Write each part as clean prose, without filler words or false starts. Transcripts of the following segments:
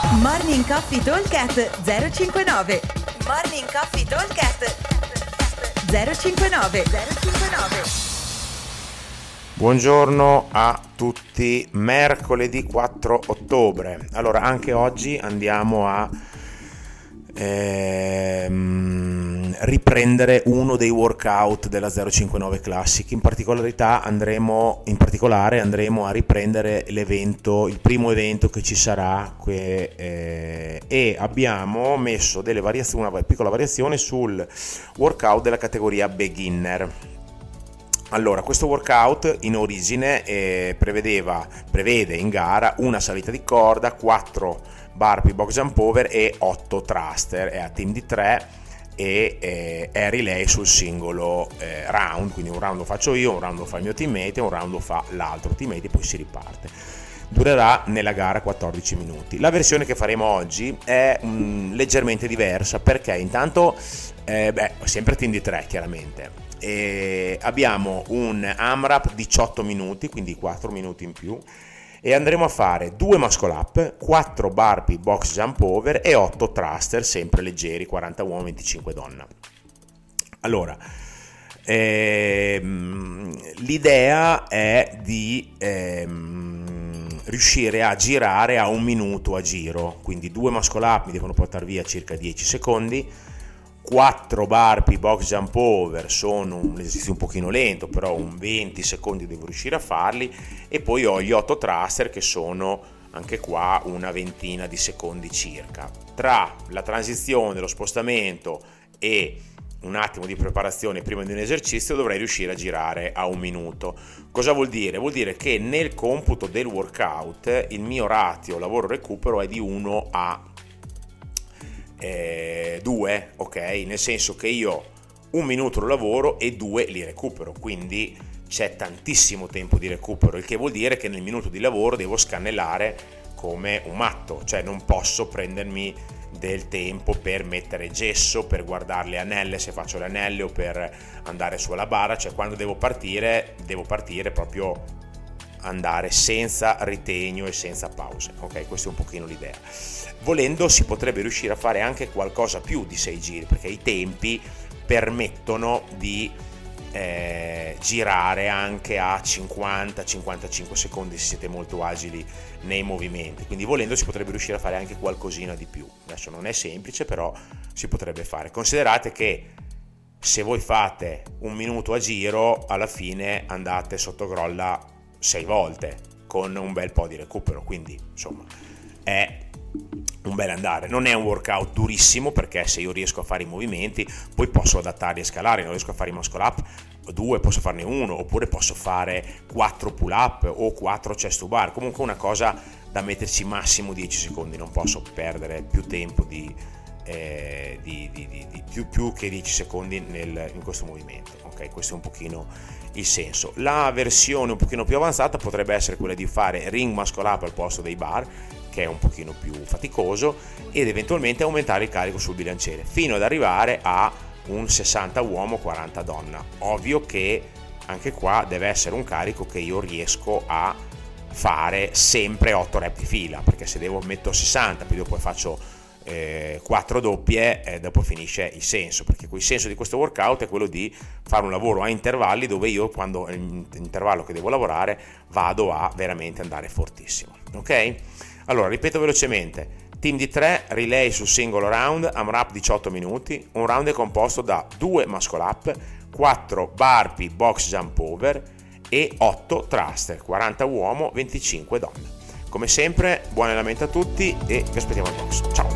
Morning Coffee Talkcast 059. Morning Coffee Talkcast 059. Buongiorno a tutti, mercoledì 4 ottobre. Allora, anche oggi andiamo a riprendere uno dei workout della 059 Classic. In particolare andremo a riprendere l'evento, il primo evento che ci sarà e abbiamo messo una piccola variazione sul workout della categoria beginner. Allora, questo workout in origine prevede in gara una salita di corda, 4 burpee box jump over e 8 thruster, è a team di 3 e è relay sul singolo round, quindi un round lo faccio io, un round lo fa il mio teammate e un round lo fa l'altro teammate e poi si riparte. Durerà nella gara 14 minuti. La versione che faremo oggi è leggermente diversa perché intanto sempre team di 3 chiaramente. Abbiamo un AMRAP 18 minuti, quindi 4 minuti in più, e andremo a fare 2 muscle up, 4 burpee box jump over e 8 thruster sempre leggeri, 40 uomo 25 donna. Allora, l'idea è di riuscire a girare a 1 minuto a giro, quindi 2 muscle up mi devono portare via circa 10 secondi, 4 burpee box jump over sono un esercizio un pochino lento, però un 20 secondi devo riuscire a farli, e poi ho gli 8 thruster che sono anche qua una ventina di secondi circa. Tra la transizione, lo spostamento e un attimo di preparazione prima di un esercizio dovrei riuscire a girare a 1 minuto. Cosa vuol dire? Vuol dire che nel computo del workout il mio ratio lavoro-recupero è di 1 a 2, ok? Nel senso che io 1 minuto lo lavoro e 2 li recupero, quindi c'è tantissimo tempo di recupero, il che vuol dire che nel minuto di lavoro devo scannellare come un matto, cioè non posso prendermi del tempo per mettere gesso, per guardare le anelle se faccio le anelle o per andare sulla barra, cioè quando devo partire proprio andare senza ritegno e senza pause, ok? Questa è un pochino l'idea. Volendo si potrebbe riuscire a fare anche qualcosa più di 6 giri, perché i tempi permettono di girare anche a 50-55 secondi se siete molto agili nei movimenti, quindi volendo si potrebbe riuscire a fare anche qualcosina di più. Adesso non è semplice, però si potrebbe fare. Considerate che se voi fate 1 minuto a giro, alla fine andate sotto grolla 6 volte con un bel po' di recupero, quindi insomma è un bel andare. Non è un workout durissimo, perché se io riesco a fare i movimenti poi posso adattarli e scalare. Non riesco a fare i muscle up 2, posso farne 1, oppure posso fare 4 pull up o 4 chest to bar, comunque una cosa da metterci massimo 10 secondi, non posso perdere più tempo di più che 10 secondi in questo movimento, ok? Questo è un pochino il senso. La versione un pochino più avanzata potrebbe essere quella di fare ring muscle up al posto dei bar, che è un pochino più faticoso, ed eventualmente aumentare il carico sul bilanciere fino ad arrivare a un 60 uomo 40 donna. Ovvio che anche qua deve essere un carico che io riesco a fare sempre 8 rep di fila, perché se metto 60 poi dopo faccio 4 doppie, dopo finisce il senso, perché il senso di questo workout è quello di fare un lavoro a intervalli, dove io quando l'intervallo che devo lavorare vado a veramente andare fortissimo, ok? Allora ripeto velocemente: team di 3, relay sul singolo round, AMRAP 18 minuti, un round è composto da 2 muscle up, 4 burpee box jump over e 8 thruster, 40 uomo 25 donne. Come sempre buon allenamento a tutti e vi aspettiamo al box. Ciao!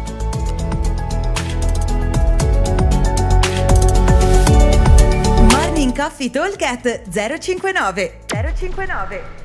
Morning Coffee Talk 059.